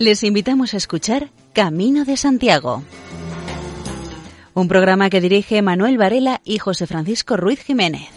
Les invitamos a escuchar Camino de Santiago, un programa que dirige Manuel Varela y José Francisco Ruiz Jiménez.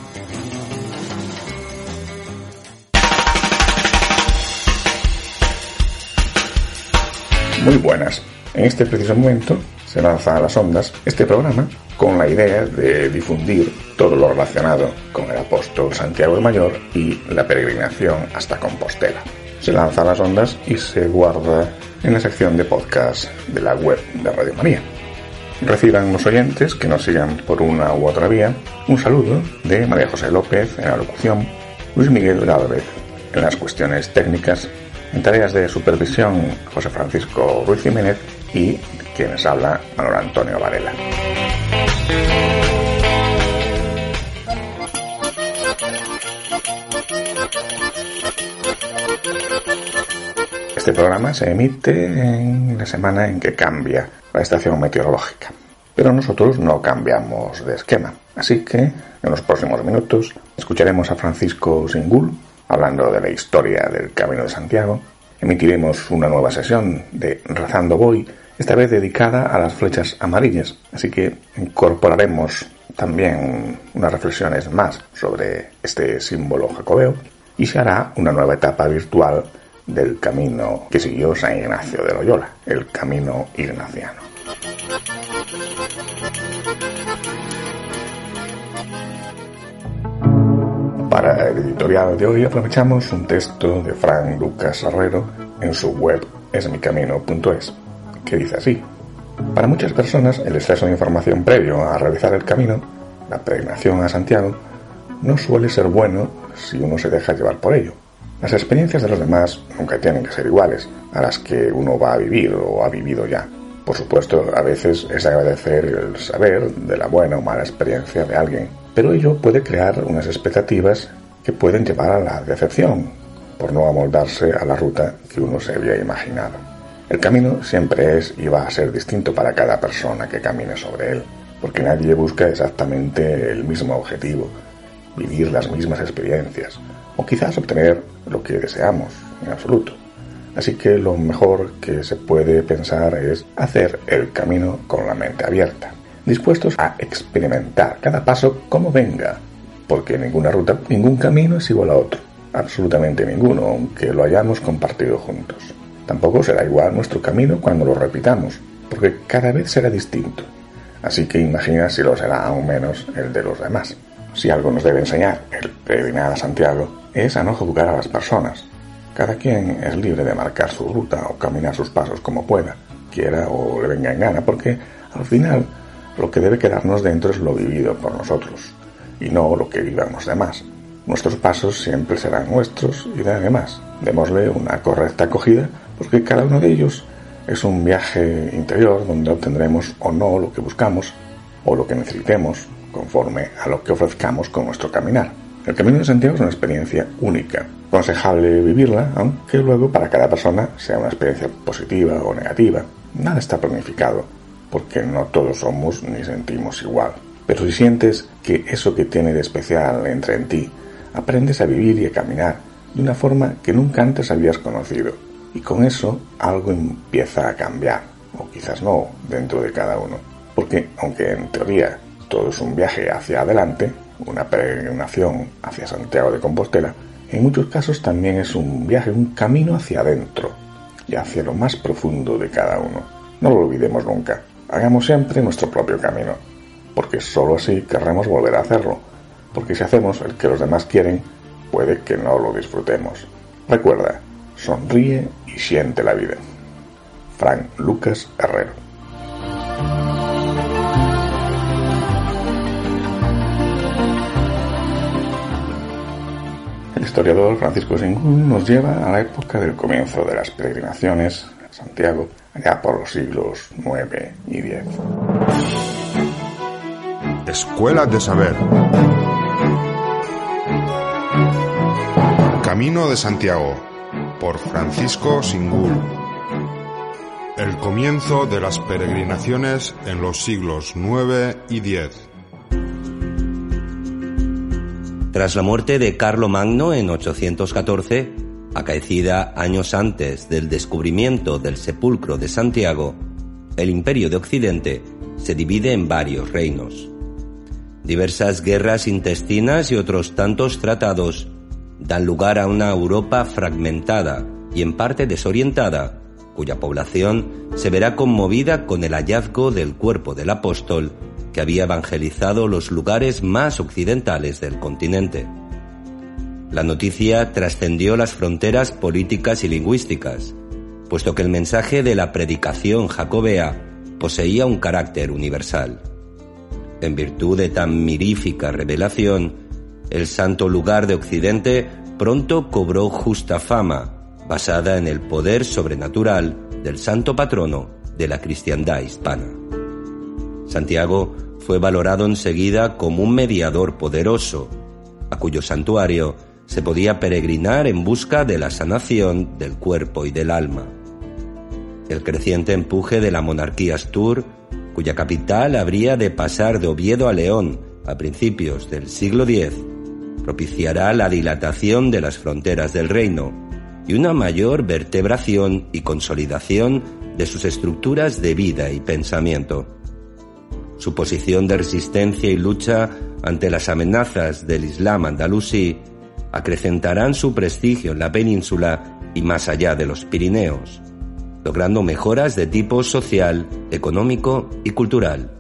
Muy buenas. En este preciso momento se lanza a las ondas este programa con la idea de difundir todo lo relacionado con el apóstol Santiago el Mayor y la peregrinación hasta Compostela. Se lanza a las ondas y se guarda en la sección de podcast de la web de Radio María. Reciban los oyentes que nos sigan por una u otra vía un saludo de María José López en la locución, Luis Miguel Gálvez en las cuestiones técnicas, en tareas de supervisión José Francisco Ruiz Jiménez y quienes habla Manuel Antonio Varela. Este programa se emite en la semana en que cambia la estación meteorológica, pero nosotros no cambiamos de esquema, así que en los próximos minutos escucharemos a Francisco Singul hablando de la historia del Camino de Santiago. Emitiremos una nueva sesión de Rezando Voy, esta vez dedicada a las flechas amarillas, así que incorporaremos también unas reflexiones más sobre este símbolo jacobeo y se hará una nueva etapa virtual del camino que siguió San Ignacio de Loyola, el camino ignaciano. Para el editorial de hoy aprovechamos un texto de Fran Lucas Herrero en su web esmicamino.es, que dice así: para muchas personas el exceso de información previo a realizar el camino, la peregrinación a Santiago, no suele ser bueno si uno se deja llevar por ello. Las experiencias de los demás nunca tienen que ser iguales a las que uno va a vivir o ha vivido ya. Por supuesto, a veces es agradecer el saber de la buena o mala experiencia de alguien, pero ello puede crear unas expectativas que pueden llevar a la decepción, por no amoldarse a la ruta que uno se había imaginado. El camino siempre es y va a ser distinto para cada persona que camine sobre él, porque nadie busca exactamente el mismo objetivo, vivir las mismas experiencias, o quizás obtener lo que deseamos en absoluto. Así que lo mejor que se puede pensar es hacer el camino con la mente abierta, dispuestos a experimentar cada paso como venga, porque ninguna ruta, ningún camino es igual a otro, absolutamente ninguno, aunque lo hayamos compartido juntos. Tampoco será igual nuestro camino cuando lo repitamos, porque cada vez será distinto. Así que imagina si lo será aún menos el de los demás. Si algo nos debe enseñar el peregrinar a Santiago es a no juzgar a las personas. Cada quien es libre de marcar su ruta o caminar sus pasos como pueda, quiera o le venga en gana, porque al final lo que debe quedarnos dentro es lo vivido por nosotros y no lo que vivan los demás. Nuestros pasos siempre serán nuestros y de demás. Démosle una correcta acogida porque cada uno de ellos es un viaje interior donde obtendremos o no lo que buscamos o lo que necesitemos conforme a lo que ofrezcamos con nuestro caminar. El Camino de Santiago es una experiencia única, aconsejable vivirla, aunque luego para cada persona sea una experiencia positiva o negativa. Nada está planificado, porque no todos somos ni sentimos igual. Pero si sientes que eso que tiene de especial entra en ti, aprendes a vivir y a caminar de una forma que nunca antes habías conocido. Y con eso algo empieza a cambiar, o quizás no, dentro de cada uno. Porque aunque en teoría todo es un viaje hacia adelante, una peregrinación hacia Santiago de Compostela, en muchos casos también es un viaje, un camino hacia adentro y hacia lo más profundo de cada uno. No lo olvidemos nunca. Hagamos siempre nuestro propio camino, porque sólo así querremos volver a hacerlo, porque si hacemos el que los demás quieren, puede que no lo disfrutemos. Recuerda, sonríe y siente la vida. Fran Lucas Herrero. El historiador Francisco Singul nos lleva a la época del comienzo de las peregrinaciones a Santiago, allá por los siglos IX y X. Escuela de Saber. Camino de Santiago, por Francisco Singul. El comienzo de las peregrinaciones en los siglos IX y X. Tras la muerte de Carlomagno en 814, Acaecida años antes del descubrimiento del sepulcro de Santiago, el Imperio de Occidente se divide en varios reinos. Diversas guerras intestinas y otros tantos tratados dan lugar a una Europa fragmentada y en parte desorientada, cuya población se verá conmovida con el hallazgo del cuerpo del apóstol que había evangelizado los lugares más occidentales del continente. La noticia trascendió las fronteras políticas y lingüísticas, puesto que el mensaje de la predicación jacobea poseía un carácter universal. En virtud de tan mirífica revelación, el santo lugar de Occidente pronto cobró justa fama, basada en el poder sobrenatural del santo patrono de la cristiandad hispana. Santiago fue valorado enseguida como un mediador poderoso, a cuyo santuario se podía peregrinar en busca de la sanación del cuerpo y del alma. El creciente empuje de la monarquía astur, cuya capital habría de pasar de Oviedo a León a principios del siglo X, propiciará la dilatación de las fronteras del reino y una mayor vertebración y consolidación de sus estructuras de vida y pensamiento. Su posición de resistencia y lucha ante las amenazas del Islam andalusí acrecentarán su prestigio en la península y más allá de los Pirineos, logrando mejoras de tipo social, económico y cultural.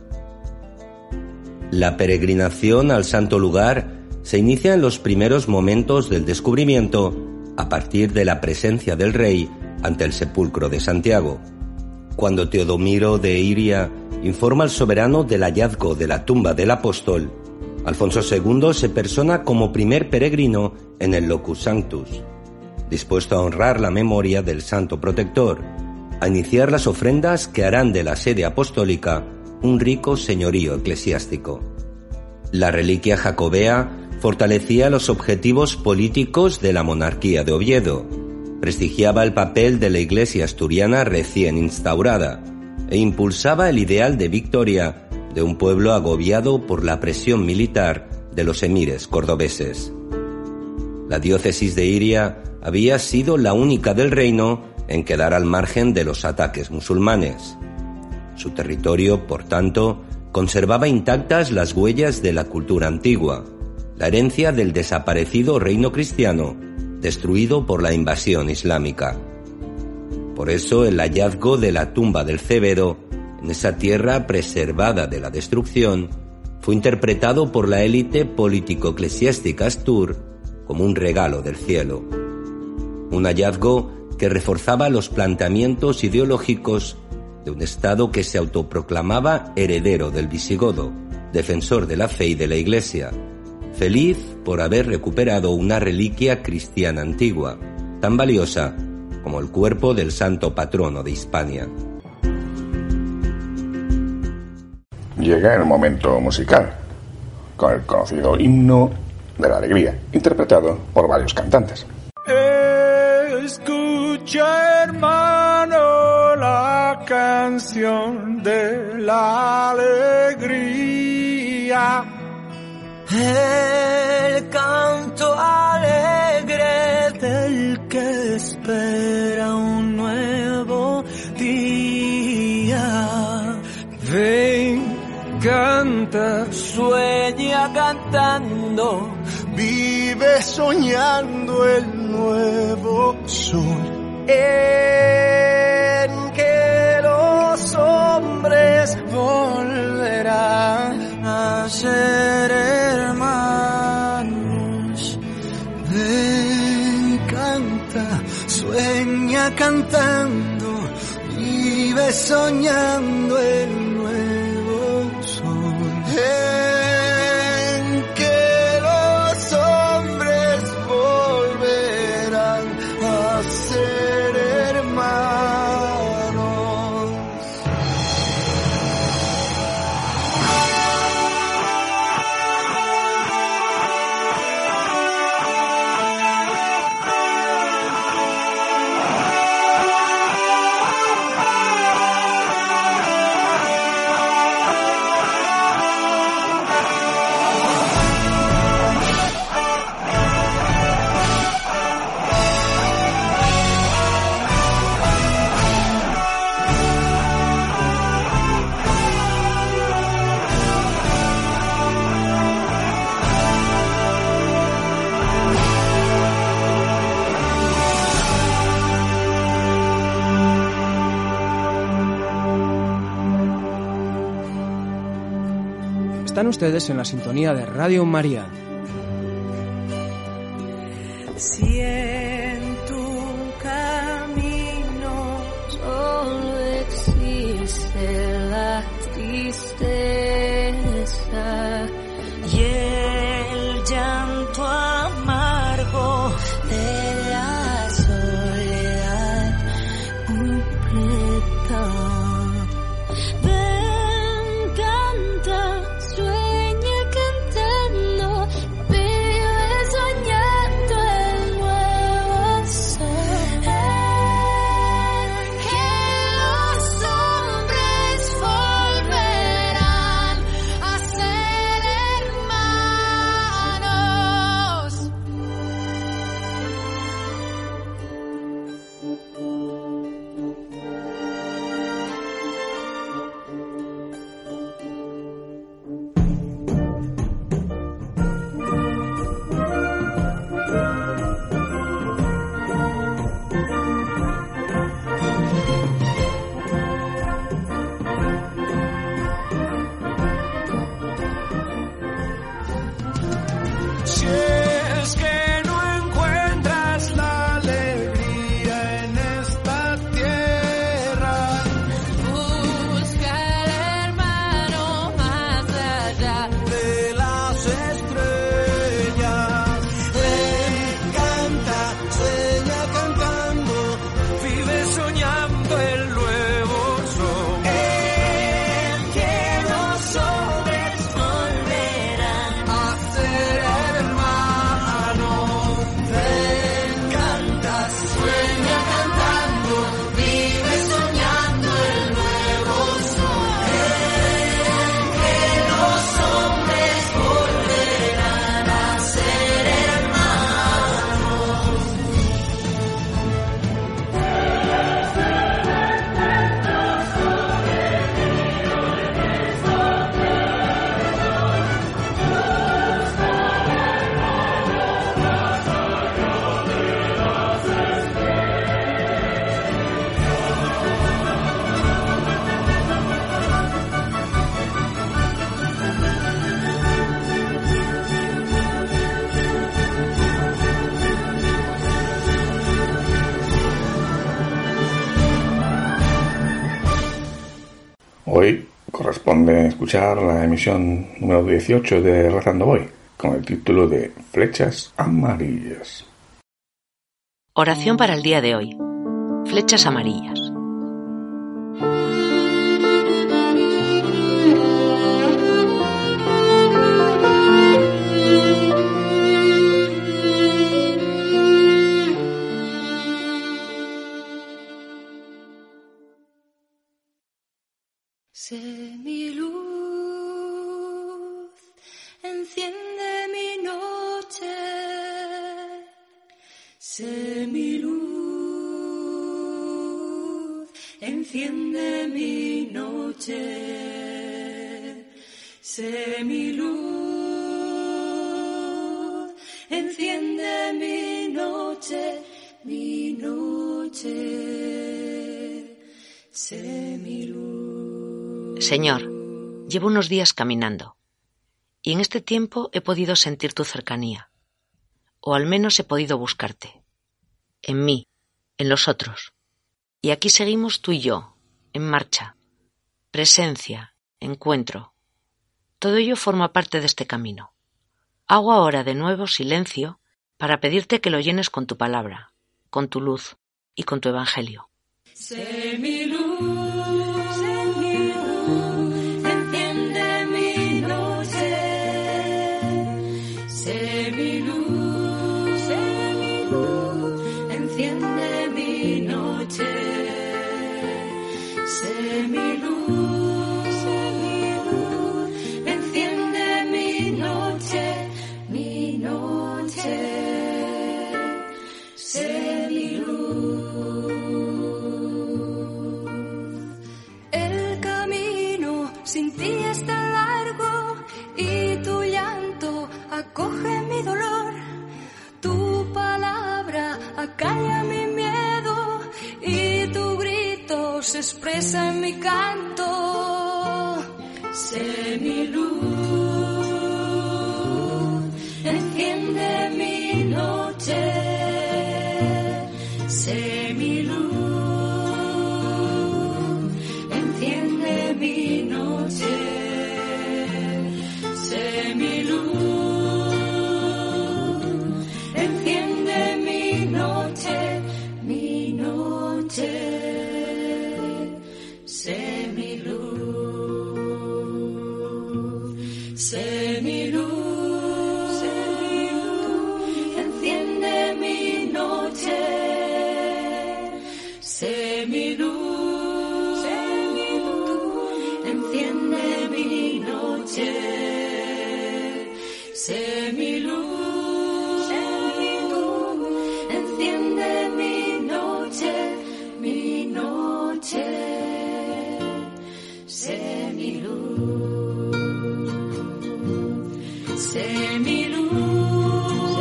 La peregrinación al santo lugar se inicia en los primeros momentos del descubrimiento a partir de la presencia del rey ante el sepulcro de Santiago, cuando Teodomiro de Iria informa al soberano del hallazgo de la tumba del apóstol. Alfonso II se persona como primer peregrino en el Locus Sanctus, dispuesto a honrar la memoria del santo protector, a iniciar las ofrendas que harán de la sede apostólica un rico señorío eclesiástico. La reliquia jacobea fortalecía los objetivos políticos de la monarquía de Oviedo, prestigiaba el papel de la iglesia asturiana recién instaurada e impulsaba el ideal de victoria de un pueblo agobiado por la presión militar de los emires cordobeses. La diócesis de Iria había sido la única del reino en quedar al margen de los ataques musulmanes. Su territorio, por tanto, conservaba intactas las huellas de la cultura antigua, la herencia del desaparecido reino cristiano, destruido por la invasión islámica. Por eso el hallazgo de la tumba del Cébedo, en esa tierra preservada de la destrucción, fue interpretado por la élite político-eclesiástica astur como un regalo del cielo. Un hallazgo que reforzaba los planteamientos ideológicos de un Estado que se autoproclamaba heredero del visigodo, defensor de la fe y de la Iglesia, feliz por haber recuperado una reliquia cristiana antigua, tan valiosa como el cuerpo del santo patrono de Hispania. Llega el momento musical, con el conocido himno de la alegría, interpretado por varios cantantes. Escucha, hermano, la canción de la alegría. El canto alegre del que espera un nuevo día. Ven, canta, sueña cantando, vive soñando el nuevo sol. En que los hombres volverán a ser hermanos. Ven, canta, sueña cantando, vive soñando el nuevo sol. En que los hombres volverán a ser hermanos. Están ustedes en la sintonía de Radio María. Si en tu camino solo existe la tristeza y el llanto amargo de la soledad completa, ven, canta, sueña cantando, vive soñando el nuevo sol, que los hombres volverán a ser hermanos. Si es que no encuentras la alegría en esta tierra, busca al hermano más allá de las estrellas. Ven, canta, sueña cantando, vive soñando el nuevo sol. El que los hombres volverán a ser hermanos. Ven, canta, sueña cantando, vive soñando el nuevo sol. El que los hombres volverán a ser hermanos. Hoy corresponde escuchar la emisión número 18 de Rezando Voy, con el título de Flechas Amarillas. Oración para el día de hoy. Flechas amarillas. Sé mi luz, enciende mi noche. Sé mi luz, enciende mi noche. Sé mi luz, enciende mi noche, mi noche. Sé mi luz. Señor, llevo unos días caminando y en este tiempo he podido sentir tu cercanía, o al menos he podido buscarte, en mí, en los otros. Y aquí seguimos tú y yo, en marcha, presencia, encuentro. Todo ello forma parte de este camino. Hago ahora de nuevo silencio para pedirte que lo llenes con tu palabra, con tu luz y con tu evangelio. Sé mi luz. Enciende mi noche, sé mi luz, enciende mi noche, sé mi luz, enciende mi noche, mi noche, sé mi luz. Sin ti es tan largo y tu llanto acoge mi dolor. Tu palabra acalla mi miedo y tu grito se expresa en mi canto. Sé mi luz. sé mi luz, enciende mi noche, sé mi luz, sé mi luz,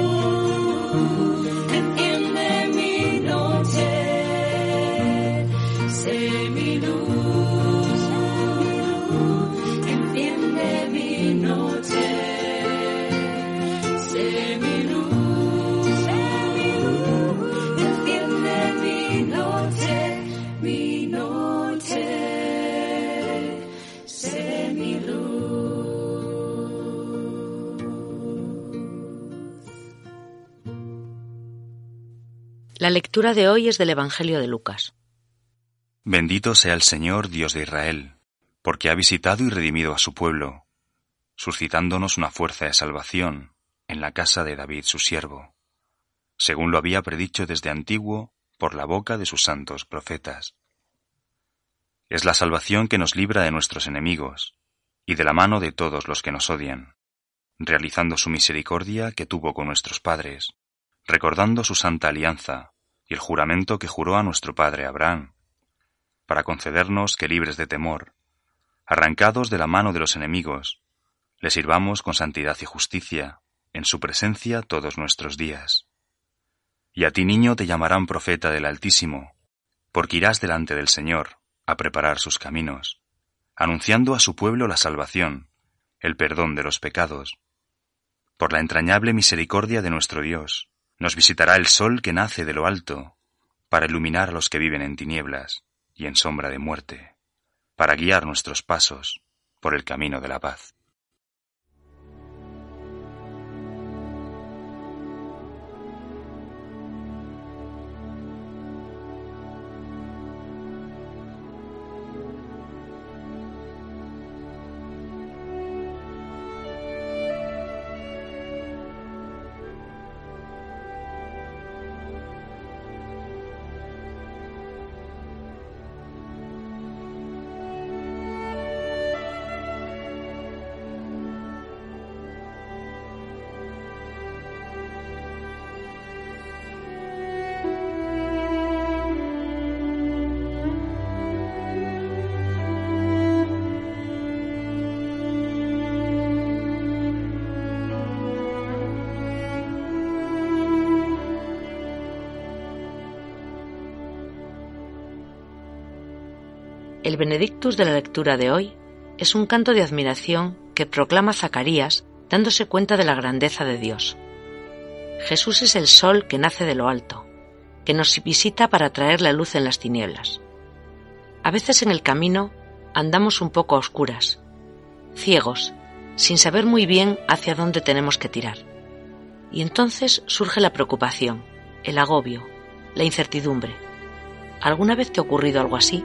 enciende mi noche, sé mi luz, enciende mi noche. La lectura de hoy es del Evangelio de Lucas. Bendito sea el Señor, Dios de Israel, porque ha visitado y redimido a su pueblo, suscitándonos una fuerza de salvación en la casa de David su siervo, según lo había predicho desde antiguo por la boca de sus santos profetas. Es la salvación que nos libra de nuestros enemigos y de la mano de todos los que nos odian, realizando su misericordia que tuvo con nuestros padres, recordando su santa alianza y el juramento que juró a nuestro padre Abraham, para concedernos que, libres de temor, arrancados de la mano de los enemigos, le sirvamos con santidad y justicia en su presencia todos nuestros días. Y a ti, niño, te llamarán profeta del Altísimo, porque irás delante del Señor a preparar sus caminos, anunciando a su pueblo la salvación, el perdón de los pecados. Por la entrañable misericordia de nuestro Dios, nos visitará el sol que nace de lo alto, para iluminar a los que viven en tinieblas y en sombra de muerte, para guiar nuestros pasos por el camino de la paz. El Benedictus de la lectura de hoy es un canto de admiración que proclama Zacarías dándose cuenta de la grandeza de Dios. Jesús es el sol que nace de lo alto, que nos visita para traer la luz en las tinieblas. A veces en el camino andamos un poco a oscuras, ciegos, sin saber muy bien hacia dónde tenemos que tirar. Y entonces surge la preocupación, el agobio, la incertidumbre. ¿Alguna vez te ha ocurrido algo así?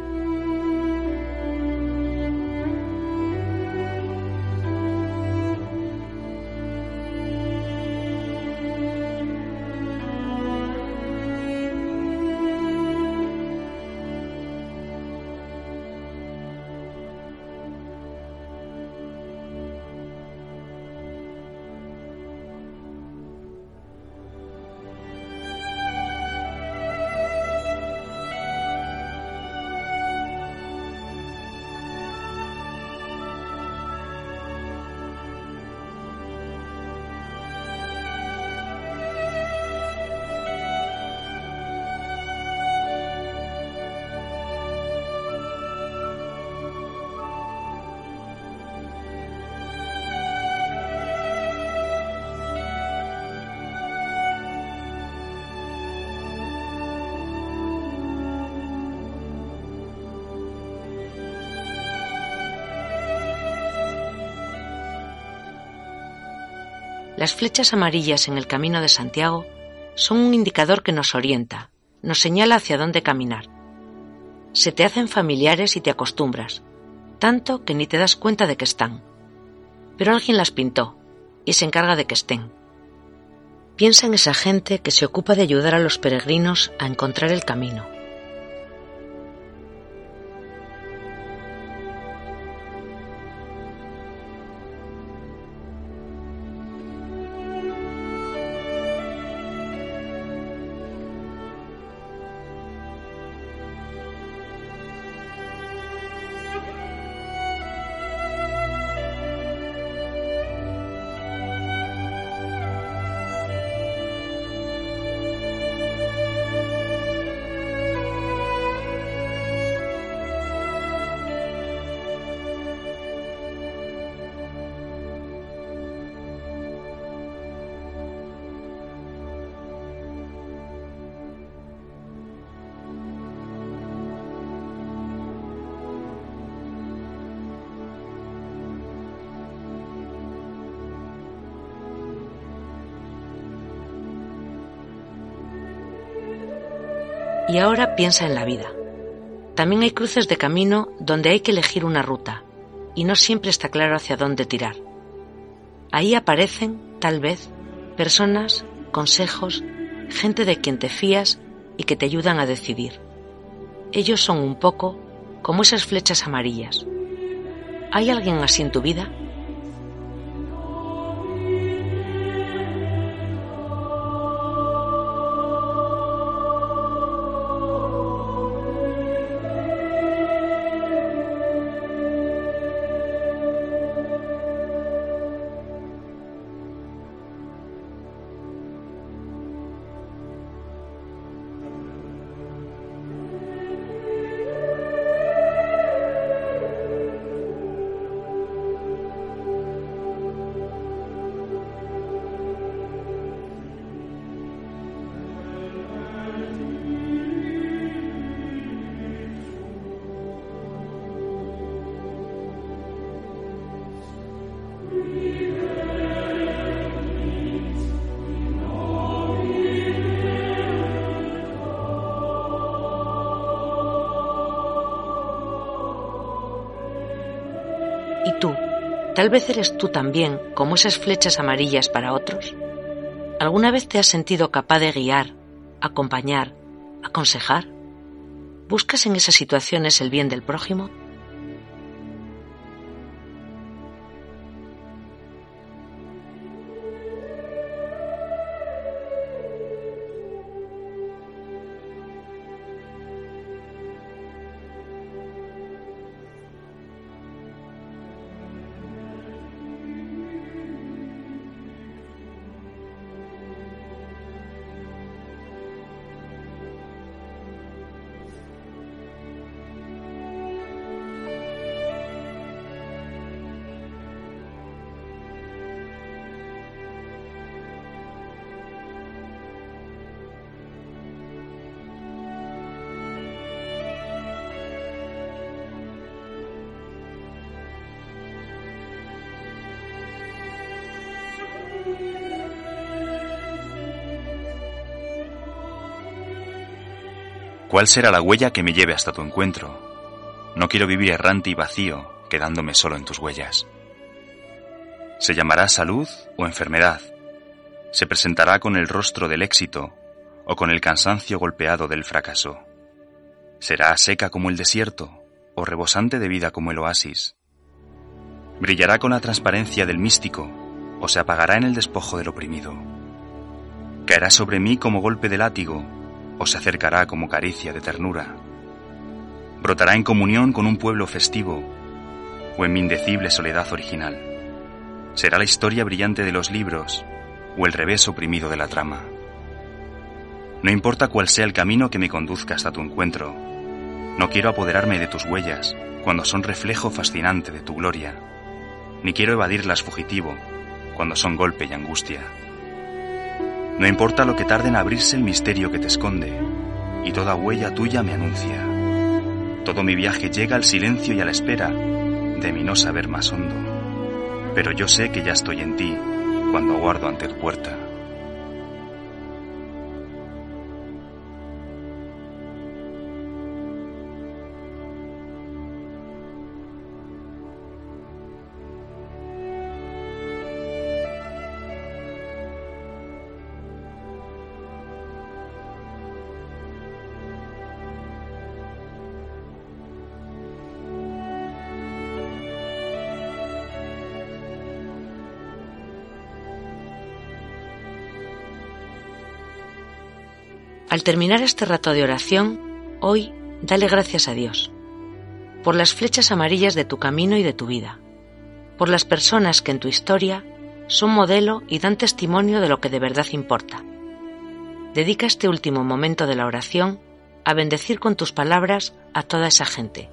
Las flechas amarillas en el Camino de Santiago son un indicador que nos orienta, nos señala hacia dónde caminar. Se te hacen familiares y te acostumbras, tanto que ni te das cuenta de que están. Pero alguien las pintó y se encarga de que estén. Piensa en esa gente que se ocupa de ayudar a los peregrinos a encontrar el camino. Y ahora piensa en la vida. También hay cruces de camino donde hay que elegir una ruta y no siempre está claro hacia dónde tirar. Ahí aparecen, tal vez, personas, consejos, gente de quien te fías y que te ayudan a decidir. Ellos son un poco como esas flechas amarillas. ¿Hay alguien así en tu vida? ¿Y tú? ¿Tal vez eres tú también como esas flechas amarillas para otros? ¿Alguna vez te has sentido capaz de guiar, acompañar, aconsejar? ¿Buscas en esas situaciones el bien del prójimo? ¿Cuál será la huella que me lleve hasta tu encuentro? No quiero vivir errante y vacío, quedándome solo en tus huellas. ¿Se llamará salud o enfermedad? ¿Se presentará con el rostro del éxito o con el cansancio golpeado del fracaso? ¿Será seca como el desierto o rebosante de vida como el oasis? ¿Brillará con la transparencia del místico o se apagará en el despojo del oprimido? ¿Caerá sobre mí como golpe de látigo o se acercará como caricia de ternura? ¿Brotará en comunión con un pueblo festivo o en mi indecible soledad original? ¿Será la historia brillante de los libros o el revés oprimido de la trama? No importa cuál sea el camino que me conduzca hasta tu encuentro, no quiero apoderarme de tus huellas cuando son reflejo fascinante de tu gloria, ni quiero evadirlas fugitivo cuando son golpe y angustia. No importa lo que tarde en abrirse el misterio que te esconde, y toda huella tuya me anuncia. Todo mi viaje llega al silencio y a la espera de mi no saber más hondo. Pero yo sé que ya estoy en ti cuando aguardo ante tu puerta. Al terminar este rato de oración, hoy dale gracias a Dios por las flechas amarillas de tu camino y de tu vida, por las personas que en tu historia son modelo y dan testimonio de lo que de verdad importa. Dedica este último momento de la oración a bendecir con tus palabras a toda esa gente.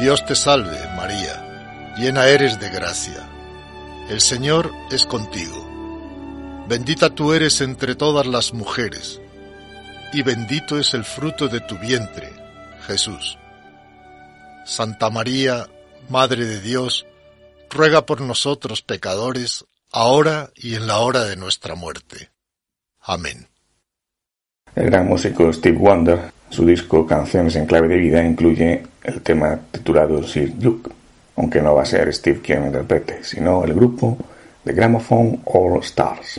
Dios te salve, María, llena eres de gracia. El Señor es contigo. Bendita tú eres entre todas las mujeres, y bendito es el fruto de tu vientre, Jesús. Santa María, Madre de Dios, ruega por nosotros pecadores, ahora y en la hora de nuestra muerte. Amén. El gran músico Stevie Wonder, su disco Canciones en clave de vida, incluye el tema titulado Sir Duke, aunque no va a ser Steve quien lo interprete, sino el grupo The Gramophone All Stars.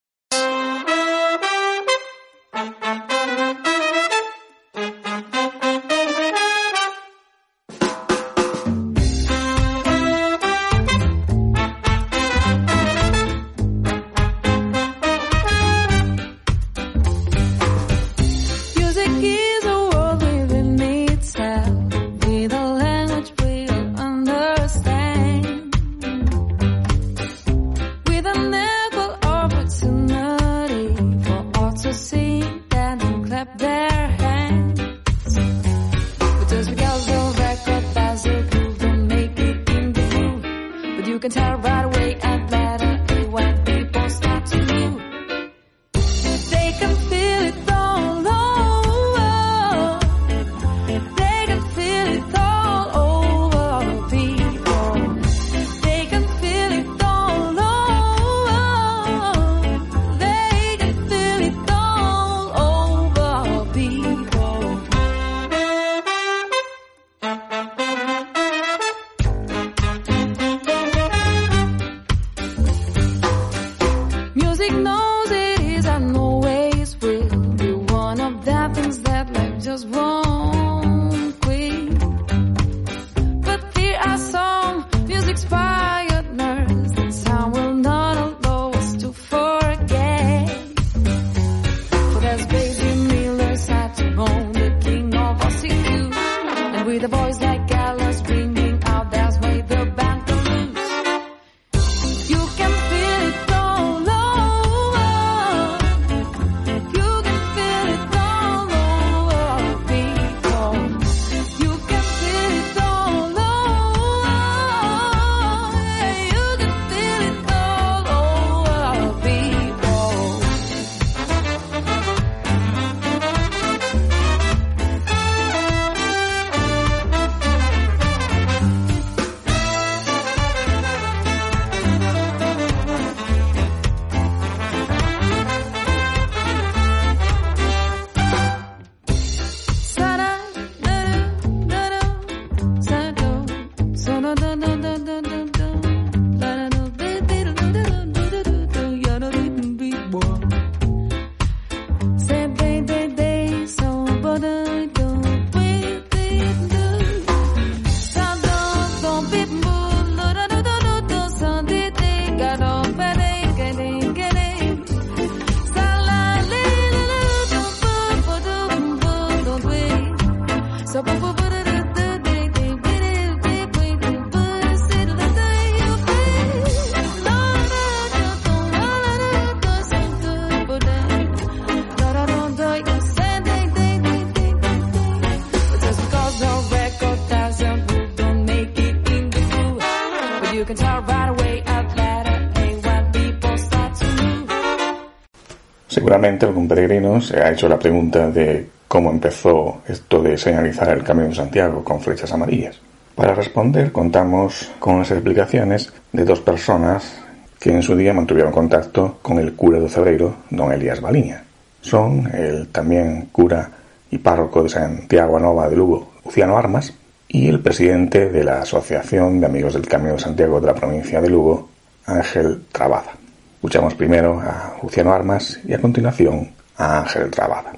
Seguramente algún peregrino se ha hecho la pregunta de cómo empezó esto de señalizar el Camino de Santiago con flechas amarillas. Para responder contamos con las explicaciones de dos personas que en su día mantuvieron contacto con el cura de Cebreiro, don Elías Baliña. Son el también cura y párroco de Santiago Anova de Lugo, Luciano Armas, y el presidente de la Asociación de Amigos del Camino de Santiago de la provincia de Lugo, Ángel Trabada. Escuchamos primero a Luciano Armas y a continuación a Ángel Trabada.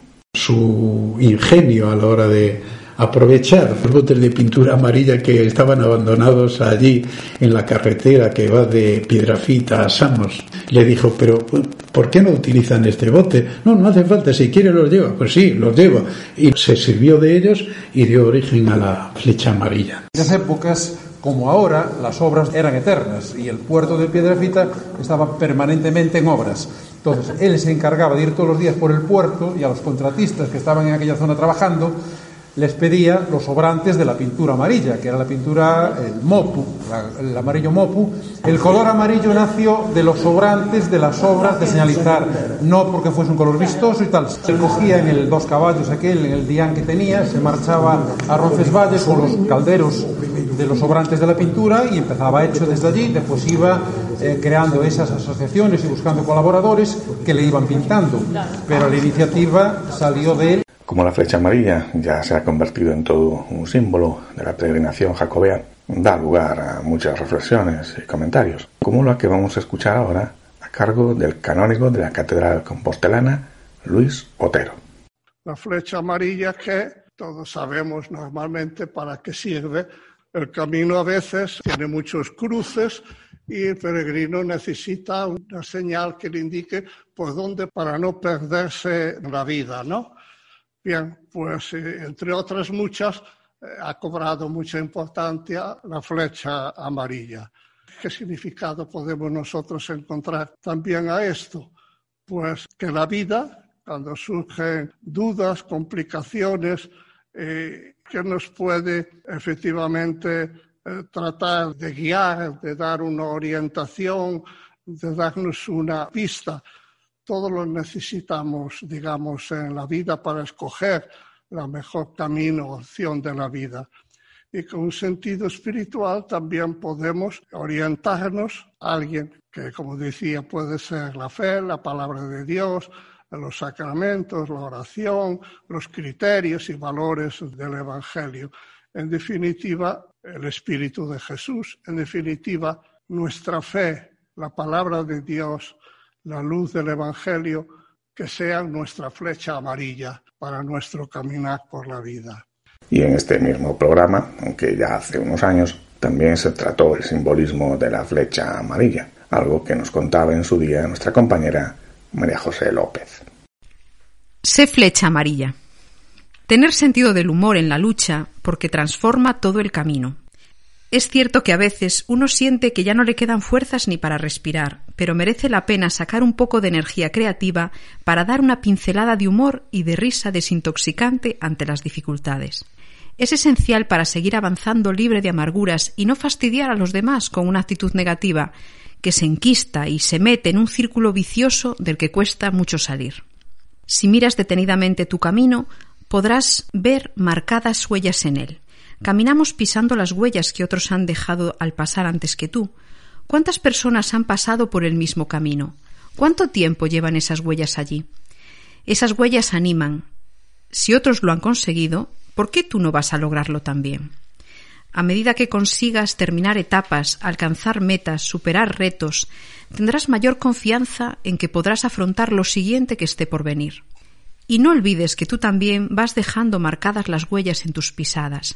Su ingenio a la hora de aprovechar los botes de pintura amarilla que estaban abandonados allí en la carretera que va de Piedrafita a Samos. Le dijo, pero ¿por qué no utilizan este bote? No hace falta, si quiere los lleva. Pues sí, los lleva. Y se sirvió de ellos y dio origen a la flecha amarilla. En esas épocas, como ahora, las obras eran eternas y el puerto de Piedrafita estaba permanentemente en obras. Entonces, él se encargaba de ir todos los días por el puerto y a los contratistas que estaban en aquella zona trabajando les pedía los sobrantes de la pintura amarilla, que era la pintura, el mopu, el amarillo mopu. El color amarillo nació de los sobrantes de las obras de señalizar, no porque fuese un color vistoso y tal. Se cogía en el 2 caballos aquel, en el dián que tenía, se marchaba a Roncesvalles con los calderos de los sobrantes de la pintura y empezaba hecho desde allí. Después iba creando esas asociaciones y buscando colaboradores que le iban pintando, pero la iniciativa salió de él. Como la flecha amarilla ya se ha convertido en todo un símbolo de la peregrinación jacobea, da lugar a muchas reflexiones y comentarios, como la que vamos a escuchar ahora a cargo del canónigo de la Catedral Compostelana, Luis Otero. La flecha amarilla, que todos sabemos normalmente para qué sirve. El camino a veces tiene muchos cruces y el peregrino necesita una señal que le indique por dónde para no perderse la vida, ¿no? Bien, pues entre otras muchas ha cobrado mucha importancia la flecha amarilla. ¿Qué significado podemos nosotros encontrar también a esto? Pues que la vida, cuando surgen dudas, complicaciones, que nos puede efectivamente tratar de guiar, de dar una orientación, de darnos una pista. Todos lo necesitamos, digamos, en la vida para escoger la mejor camino o opción de la vida. Y con un sentido espiritual también podemos orientarnos a alguien que, como decía, puede ser la fe, la palabra de Dios, los sacramentos, la oración, los criterios y valores del Evangelio. En definitiva, el Espíritu de Jesús. En definitiva, nuestra fe, la palabra de Dios, la luz del Evangelio, que sean nuestra flecha amarilla para nuestro caminar por la vida. Y en este mismo programa, aunque ya hace unos años, también se trató el simbolismo de la flecha amarilla, algo que nos contaba en su día nuestra compañera María José López. Sé flecha amarilla. Tener sentido del humor en la lucha porque transforma todo el camino. Es cierto que a veces uno siente que ya no le quedan fuerzas ni para respirar, pero merece la pena sacar un poco de energía creativa para dar una pincelada de humor y de risa desintoxicante ante las dificultades. Es esencial para seguir avanzando libre de amarguras y no fastidiar a los demás con una actitud negativa que se enquista y se mete en un círculo vicioso del que cuesta mucho salir. Si miras detenidamente tu camino, podrás ver marcadas huellas en él. Caminamos pisando las huellas que otros han dejado al pasar antes que tú. ¿Cuántas personas han pasado por el mismo camino? ¿Cuánto tiempo llevan esas huellas allí? Esas huellas animan. Si otros lo han conseguido, ¿por qué tú no vas a lograrlo también? A medida que consigas terminar etapas, alcanzar metas, superar retos, tendrás mayor confianza en que podrás afrontar lo siguiente que esté por venir. Y no olvides que tú también vas dejando marcadas las huellas en tus pisadas.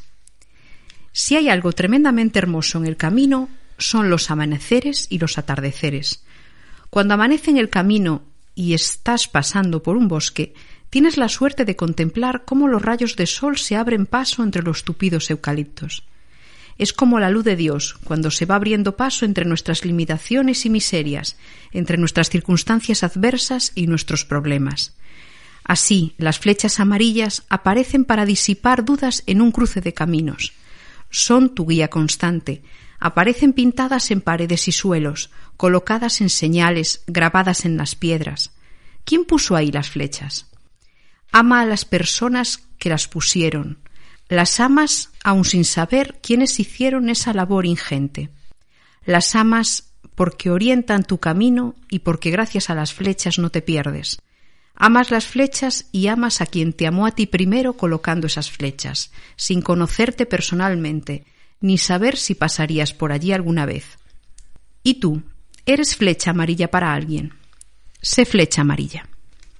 Si hay algo tremendamente hermoso en el camino, son los amaneceres y los atardeceres. Cuando amanece en el camino y estás pasando por un bosque, tienes la suerte de contemplar cómo los rayos de sol se abren paso entre los tupidos eucaliptos. Es como la luz de Dios, cuando se va abriendo paso entre nuestras limitaciones y miserias, entre nuestras circunstancias adversas y nuestros problemas. Así, las flechas amarillas aparecen para disipar dudas en un cruce de caminos. Son tu guía constante. Aparecen pintadas en paredes y suelos, colocadas en señales, grabadas en las piedras. ¿Quién puso ahí las flechas? Ama a las personas que las pusieron. Las amas aun sin saber quiénes hicieron esa labor ingente. Las amas porque orientan tu camino y porque gracias a las flechas no te pierdes. Amas las flechas y amas a quien te amó a ti primero colocando esas flechas, sin conocerte personalmente, ni saber si pasarías por allí alguna vez. ¿Y tú? ¿Eres flecha amarilla para alguien? Sé flecha amarilla.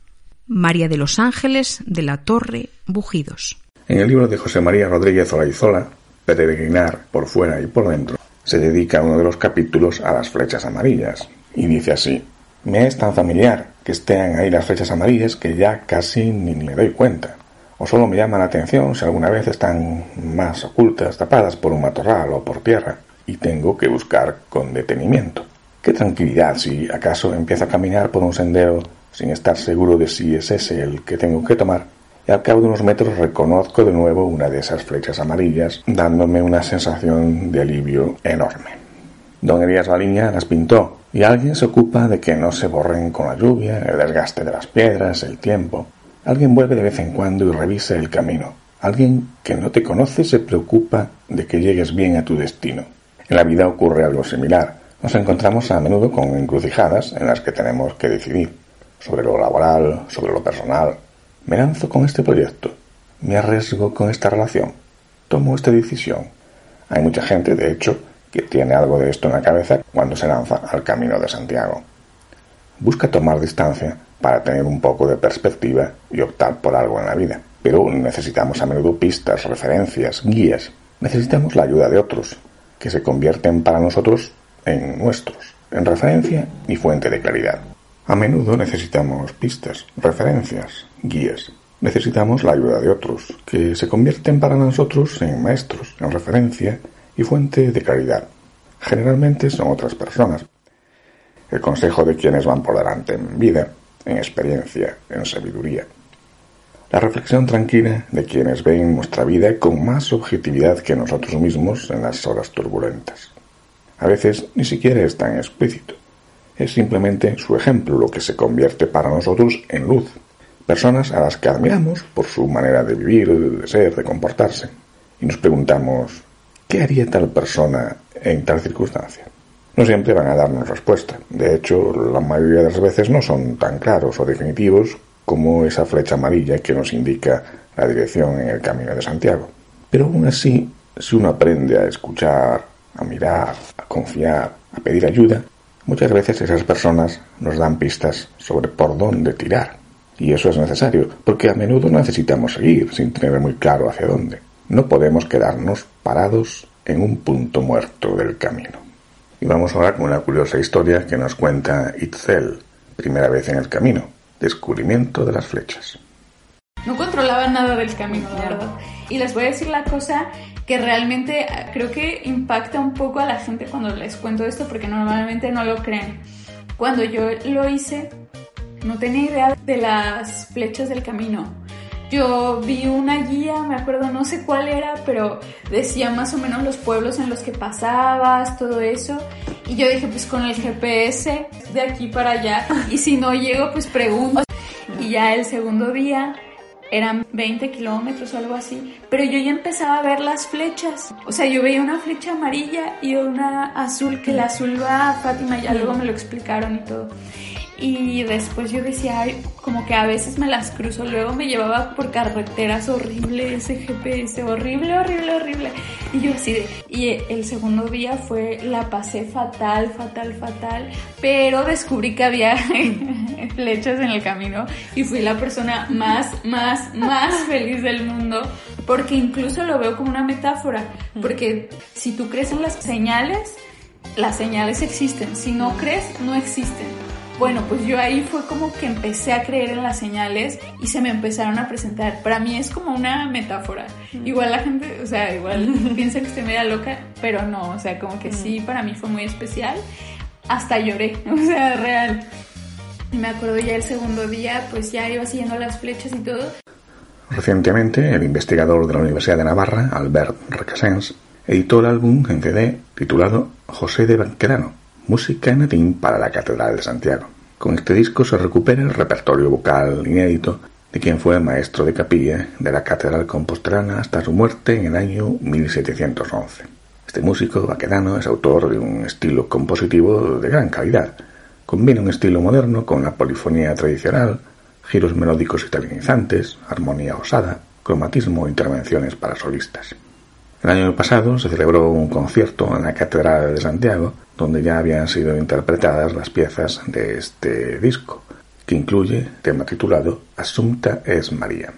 María de los Ángeles de la Torre, Bujidos. En el libro de José María Rodríguez Olaizola, Peregrinar por fuera y por dentro, se dedica uno de los capítulos a las flechas amarillas, y dice así: me es tan familiar que estén ahí las flechas amarillas que ya casi ni me doy cuenta, o solo me llama la atención si alguna vez están más ocultas, tapadas por un matorral o por tierra, y tengo que buscar con detenimiento. Qué tranquilidad si acaso empiezo a caminar por un sendero sin estar seguro de si es ese el que tengo que tomar, y al cabo de unos metros reconozco de nuevo una de esas flechas amarillas, dándome una sensación de alivio enorme. Don Elías Baliña las pintó, y alguien se ocupa de que no se borren con la lluvia, el desgaste de las piedras, el tiempo. Alguien vuelve de vez en cuando y revisa el camino. Alguien que no te conoce se preocupa de que llegues bien a tu destino. En la vida ocurre algo similar. Nos encontramos a menudo con encrucijadas en las que tenemos que decidir sobre lo laboral, sobre lo personal. ¿Me lanzo con este proyecto? ¿Me arriesgo con esta relación? ¿Tomo esta decisión? Hay mucha gente, de hecho, que tiene algo de esto en la cabeza cuando se lanza al Camino de Santiago. Busca tomar distancia para tener un poco de perspectiva y optar por algo en la vida. Pero necesitamos a menudo pistas, referencias, guías. Necesitamos la ayuda de otros, que se convierten para nosotros en nuestros, en referencia y fuente de claridad. A menudo necesitamos pistas, referencias, guías. Necesitamos la ayuda de otros, que se convierten para nosotros en maestros, en referencia y fuente de claridad. Generalmente son otras personas. El consejo de quienes van por delante en vida, en experiencia, en sabiduría. La reflexión tranquila de quienes ven nuestra vida con más objetividad que nosotros mismos en las horas turbulentas. A veces ni siquiera es tan explícito. Es simplemente su ejemplo lo que se convierte para nosotros en luz. Personas a las que admiramos por su manera de vivir, de ser, de comportarse. Y nos preguntamos, ¿qué haría tal persona en tal circunstancia? No siempre van a darnos respuesta. De hecho, la mayoría de las veces no son tan claros o definitivos como esa flecha amarilla que nos indica la dirección en el Camino de Santiago. Pero aún así, si uno aprende a escuchar, a mirar, a confiar, a pedir ayuda, muchas veces esas personas nos dan pistas sobre por dónde tirar. Y eso es necesario, porque a menudo necesitamos seguir sin tener muy claro hacia dónde. No podemos quedarnos parados en un punto muerto del camino. Y vamos ahora con una curiosa historia que nos cuenta Itzel, primera vez en el camino, descubrimiento de las flechas. No controlaba nada del camino, la verdad. Y les voy a decir la cosa que realmente creo que impacta un poco a la gente cuando les cuento esto, porque normalmente no lo creen. Cuando yo lo hice, no tenía idea de las flechas del camino. Yo vi una guía, me acuerdo, no sé cuál era, pero decía más o menos los pueblos en los que pasabas, todo eso. Y yo dije, pues con el GPS, de aquí para allá. Y si no llego, pues pregunto. Y ya el segundo día eran 20 kilómetros o algo así. Pero yo ya empezaba a ver las flechas. O sea, yo veía una flecha amarilla y una azul, que la azul va a Fátima, ya luego me lo explicaron y todo. Y después yo decía, ay, como que a veces me las cruzo. Luego me llevaba por carreteras horrible ese GPS, horrible. Y yo así de... Y el segundo día la pasé fatal. Pero descubrí que había flechas en el camino y fui la persona más feliz del mundo. Porque incluso lo veo como una metáfora. Porque si tú crees en las señales existen. Si no crees, no existen. Bueno, pues yo ahí fue como que empecé a creer en las señales y se me empezaron a presentar. Para mí es como una metáfora. Igual la gente, o sea, igual piensa que estoy media loca, pero no, o sea, como que sí, para mí fue muy especial. Hasta lloré, o sea, real. Y me acuerdo ya el segundo día, pues ya iba siguiendo las flechas y todo. Recientemente, el investigador de la Universidad de Navarra, Albert Recasens, editó el álbum en CD titulado José de Baquedano, música en latín para la Catedral de Santiago. Con este disco se recupera el repertorio vocal inédito de quien fue maestro de capilla de la Catedral Compostelana hasta su muerte en el año 1711. Este músico baquedano es autor de un estilo compositivo de gran calidad. Combina un estilo moderno con la polifonía tradicional, giros melódicos italianizantes, armonía osada, cromatismo e intervenciones para solistas. El año pasado se celebró un concierto en la Catedral de Santiago, donde ya habían sido interpretadas las piezas de este disco, que incluye tema titulado Assumpta es María.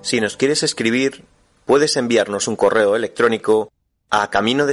Si nos quieres escribir, puedes enviarnos un correo electrónico a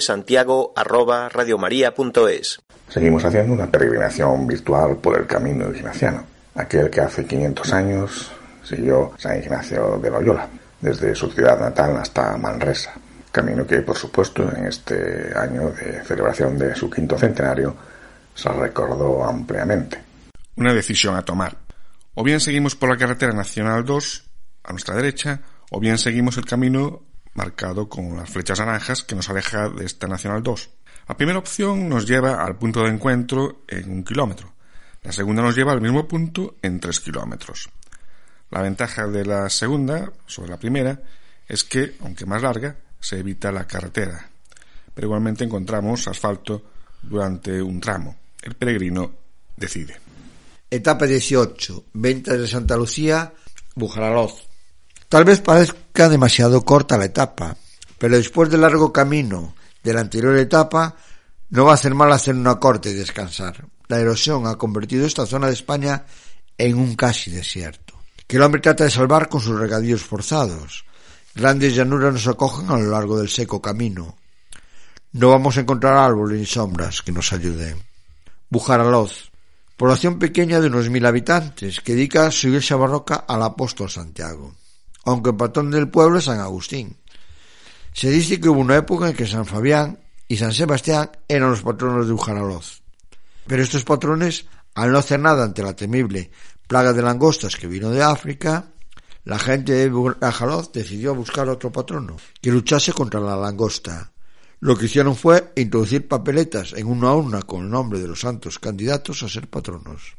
caminodesantiago@radiomaria.es. Seguimos haciendo una peregrinación virtual por el camino ignaciano, aquel que hace 500 años siguió San Ignacio de Loyola, desde su ciudad natal hasta Manresa. Camino que, por supuesto, en este año de celebración de su 5º centenario, se recordó ampliamente. Una decisión a tomar. O bien seguimos por la carretera Nacional 2, a nuestra derecha, o bien seguimos el camino marcado con las flechas naranjas que nos aleja de esta Nacional 2. La primera opción nos lleva al punto de encuentro en 1 kilómetro. La segunda nos lleva al mismo punto en 3 kilómetros. La ventaja de la segunda sobre la primera es que, aunque más larga, se evita la carretera, pero igualmente encontramos asfalto durante un tramo. El peregrino decide. Etapa 18, Ventas de Santa Lucía, Bujaraloz. Tal vez parezca demasiado corta la etapa, pero después del largo camino de la anterior etapa, no va a hacer mal hacer una corte y descansar. La erosión ha convertido esta zona de España en un casi desierto, que el hombre trata de salvar con sus regadíos forzados. Grandes llanuras nos acogen a lo largo del seco camino. No vamos a encontrar árboles ni sombras que nos ayuden. Bujaraloz, población pequeña de unos 1000 habitantes, que dedica su iglesia barroca al apóstol Santiago, aunque el patrón del pueblo es San Agustín. Se dice que hubo una época en que San Fabián y San Sebastián eran los patronos de Bujaraloz. Pero estos patrones, al no hacer nada ante la temible plaga de langostas que vino de África, la gente de Bujaraloz decidió buscar otro patrono que luchase contra la langosta. Lo que hicieron fue introducir papeletas en una urna con el nombre de los santos candidatos a ser patronos.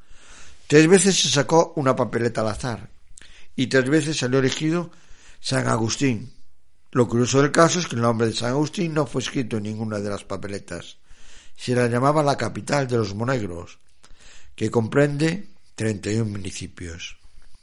3 veces se sacó una papeleta al azar y 3 veces salió elegido San Agustín. Lo curioso del caso es que el nombre de San Agustín no fue escrito en ninguna de las papeletas. Se la llamaba la capital de los monegros, que comprende 31 municipios.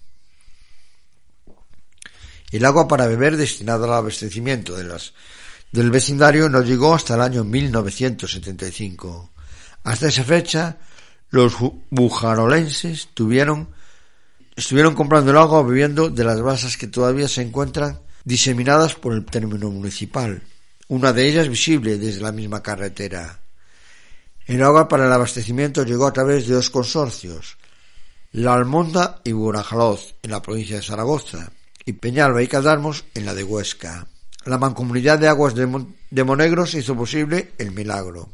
El agua para beber destinada al abastecimiento del vecindario no llegó hasta el año 1975. Hasta esa fecha, los bujarolenses estuvieron comprando el agua o bebiendo de las balsas que todavía se encuentran diseminadas por el término municipal, una de ellas visible desde la misma carretera. El agua para el abastecimiento llegó a través de 2 consorcios, La Almonda y Bujaraloz, en la provincia de Zaragoza, y Peñalba y Cadarmos, en la de Huesca. La Mancomunidad de Aguas de Monegros hizo posible el milagro.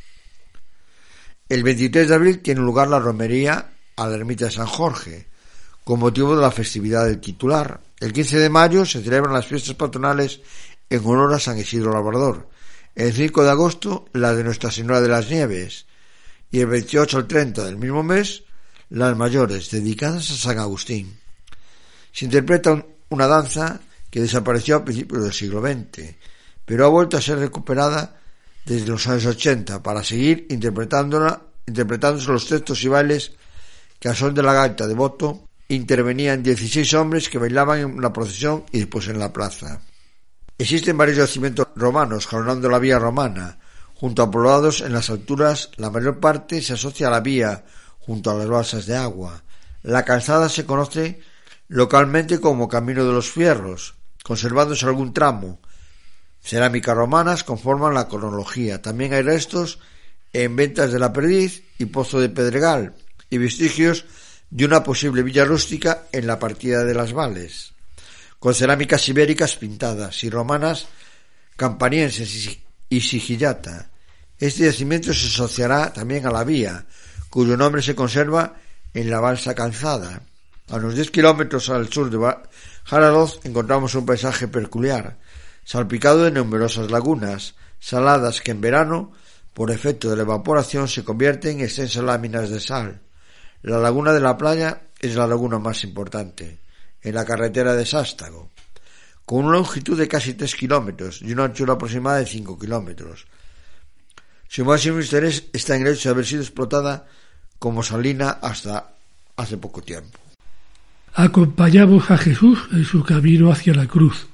El 23 de abril tiene lugar la romería a la ermita de San Jorge, con motivo de la festividad del titular. El 15 de mayo se celebran las fiestas patronales en honor a San Isidro Labrador. El 5 de agosto, la de Nuestra Señora de las Nieves. Y el 28 al 30 del mismo mes, las mayores, dedicadas a San Agustín. Se interpreta una danza que desapareció a principios del siglo XX, pero ha vuelto a ser recuperada desde los años 80 para seguir interpretándose los textos y bailes que a son de la gaita de Boto intervenían 16 hombres que bailaban en la procesión y después en la plaza. Existen varios yacimientos romanos jalonando la vía romana, junto a poblados en las alturas. La mayor parte se asocia a la vía junto a las balsas de agua. La calzada se conoce localmente como Camino de los Fierros, conservándose algún tramo. Cerámicas romanas conforman la cronología. También hay restos en Ventas de la Perdiz y Pozo de Pedregal, y vestigios de una posible villa rústica en la partida de las Vales, con cerámicas ibéricas pintadas y romanas campanienses y sigillata. Este yacimiento se asociará también a la vía, cuyo nombre se conserva en la balsa Calzada. A unos 10 kilómetros al sur de Bujaraloz encontramos un paisaje peculiar, salpicado de numerosas lagunas, saladas que en verano, por efecto de la evaporación, se convierten en extensas láminas de sal. La laguna de la playa es la laguna más importante, en la carretera de Sástago, con una longitud de casi 3 kilómetros y una anchura aproximada de 5 kilómetros. Su máximo interés está en el hecho de haber sido explotada como salina hasta hace poco tiempo. Acompañamos a Jesús en su camino hacia la cruz.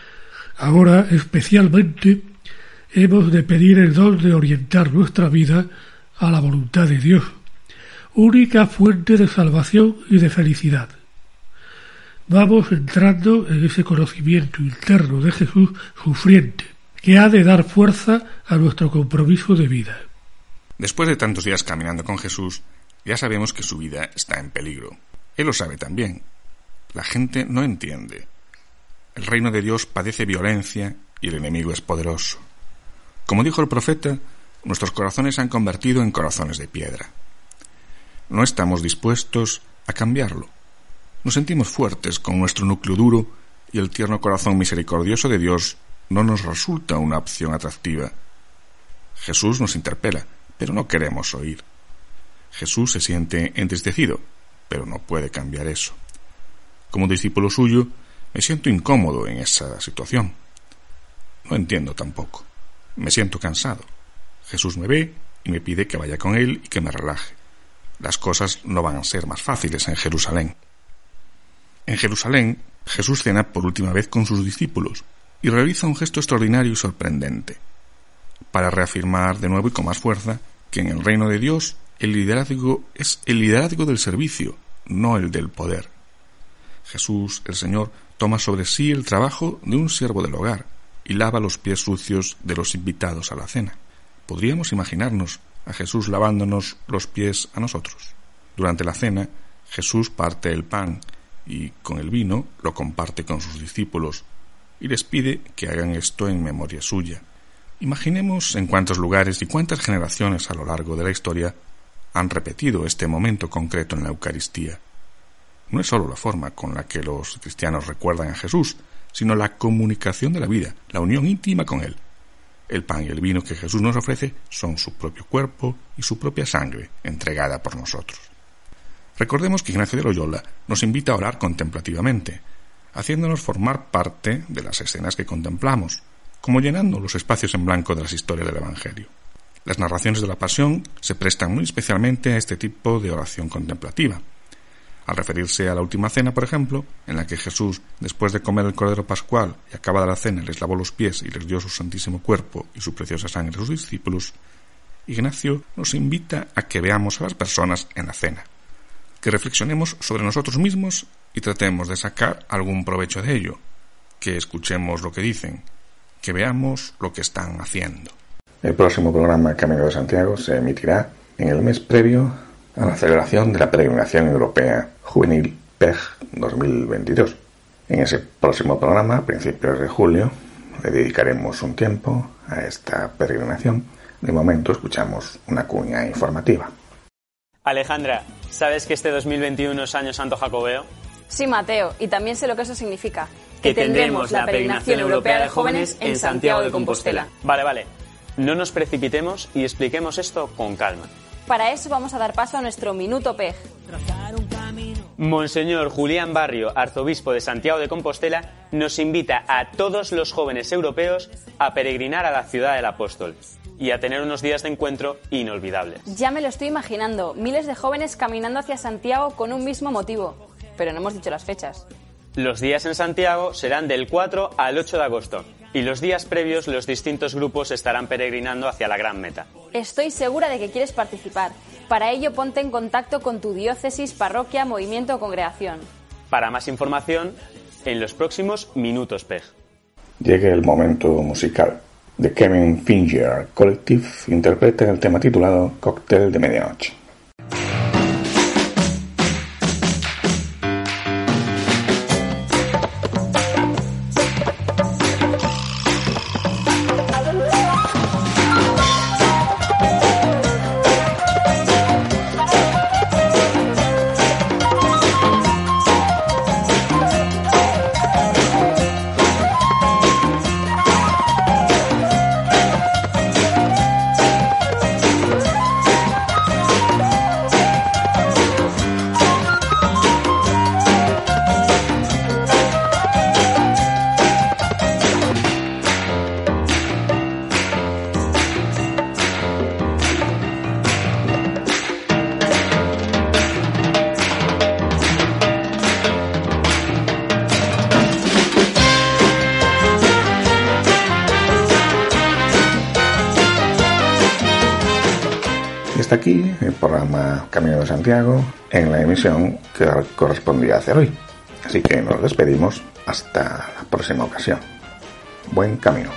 Ahora, especialmente, hemos de pedir el don de orientar nuestra vida a la voluntad de Dios, única fuente de salvación y de felicidad. vamos entrando en ese conocimiento interno de Jesús sufriente, que ha de dar fuerza a nuestro compromiso de vida. Después de tantos días caminando con Jesús, ya sabemos que su vida está en peligro. Él lo sabe también. La gente no entiende. El reino de Dios padece violencia y el enemigo es poderoso. Como dijo el profeta, nuestros corazones se han convertido en corazones de piedra. No estamos dispuestos a cambiarlo. Nos sentimos fuertes con nuestro núcleo duro y el tierno corazón misericordioso de Dios no nos resulta una opción atractiva. Jesús nos interpela, pero no queremos oír. Jesús se siente entristecido, pero no puede cambiar eso. Como discípulo suyo, me siento incómodo en esa situación. No entiendo tampoco. Me siento cansado. Jesús me ve y me pide que vaya con él y que me relaje. Las cosas no van a ser más fáciles en Jerusalén. En Jerusalén, Jesús cena por última vez con sus discípulos y realiza un gesto extraordinario y sorprendente, para reafirmar de nuevo y con más fuerza que en el reino de Dios el liderazgo es el liderazgo del servicio, no el del poder. Jesús, el Señor, toma sobre sí el trabajo de un siervo del hogar y lava los pies sucios de los invitados a la cena. Podríamos imaginarnos a Jesús lavándonos los pies a nosotros. Durante la cena, Jesús parte el pan y con el vino lo comparte con sus discípulos y les pide que hagan esto en memoria suya. Imaginemos en cuántos lugares y cuántas generaciones a lo largo de la historia han repetido este momento concreto en la Eucaristía. No es sólo la forma con la que los cristianos recuerdan a Jesús, sino la comunicación de la vida, la unión íntima con Él. El pan y el vino que Jesús nos ofrece son su propio cuerpo y su propia sangre, entregada por nosotros. Recordemos que Ignacio de Loyola nos invita a orar contemplativamente, haciéndonos formar parte de las escenas que contemplamos, como llenando los espacios en blanco de las historias del Evangelio. Las narraciones de la Pasión se prestan muy especialmente a este tipo de oración contemplativa. Al referirse a la última cena, por ejemplo, en la que Jesús, después de comer el Cordero Pascual y acabada la cena, les lavó los pies y les dio su santísimo cuerpo y su preciosa sangre a sus discípulos, Ignacio nos invita a que veamos a las personas en la cena, que reflexionemos sobre nosotros mismos y tratemos de sacar algún provecho de ello, que escuchemos lo que dicen, que veamos lo que están haciendo. El próximo programa Camino de Santiago se emitirá en el mes previo a la celebración de la Peregrinación Europea Juvenil PEG 2022. En ese próximo programa, a principios de julio, le dedicaremos un tiempo a esta peregrinación. De momento escuchamos una cuña informativa. Alejandra, ¿sabes que este 2021 es Año Santo Jacobeo? Sí, Mateo, y también sé lo que eso significa. Que tendremos la Peregrinación Europea de Jóvenes en Santiago de Compostela. Vale. No nos precipitemos y expliquemos esto con calma. Para eso vamos a dar paso a nuestro Minuto PEG. Monseñor Julián Barrio, arzobispo de Santiago de Compostela, nos invita a todos los jóvenes europeos a peregrinar a la ciudad del apóstol y a tener unos días de encuentro inolvidables. Ya me lo estoy imaginando, miles de jóvenes caminando hacia Santiago con un mismo motivo, pero no hemos dicho las fechas. Los días en Santiago serán del 4 al 8 de agosto y los días previos los distintos grupos estarán peregrinando hacia la gran meta. Estoy segura de que quieres participar. Para ello ponte en contacto con tu diócesis, parroquia, movimiento o congregación. Para más información, en los próximos Minutos PEG. Llega el momento musical. The Kevin Finger Collective interpreta el tema titulado Cóctel de Medianoche. Hasta aquí el programa Camino de Santiago en la emisión que correspondía hacer hoy. Así que nos despedimos hasta la próxima ocasión. Buen camino.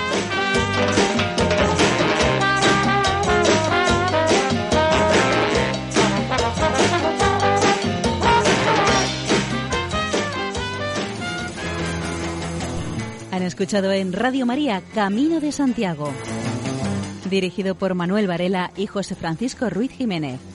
Han escuchado en Radio María Camino de Santiago, dirigido por Manuel Varela y José Francisco Ruiz Jiménez.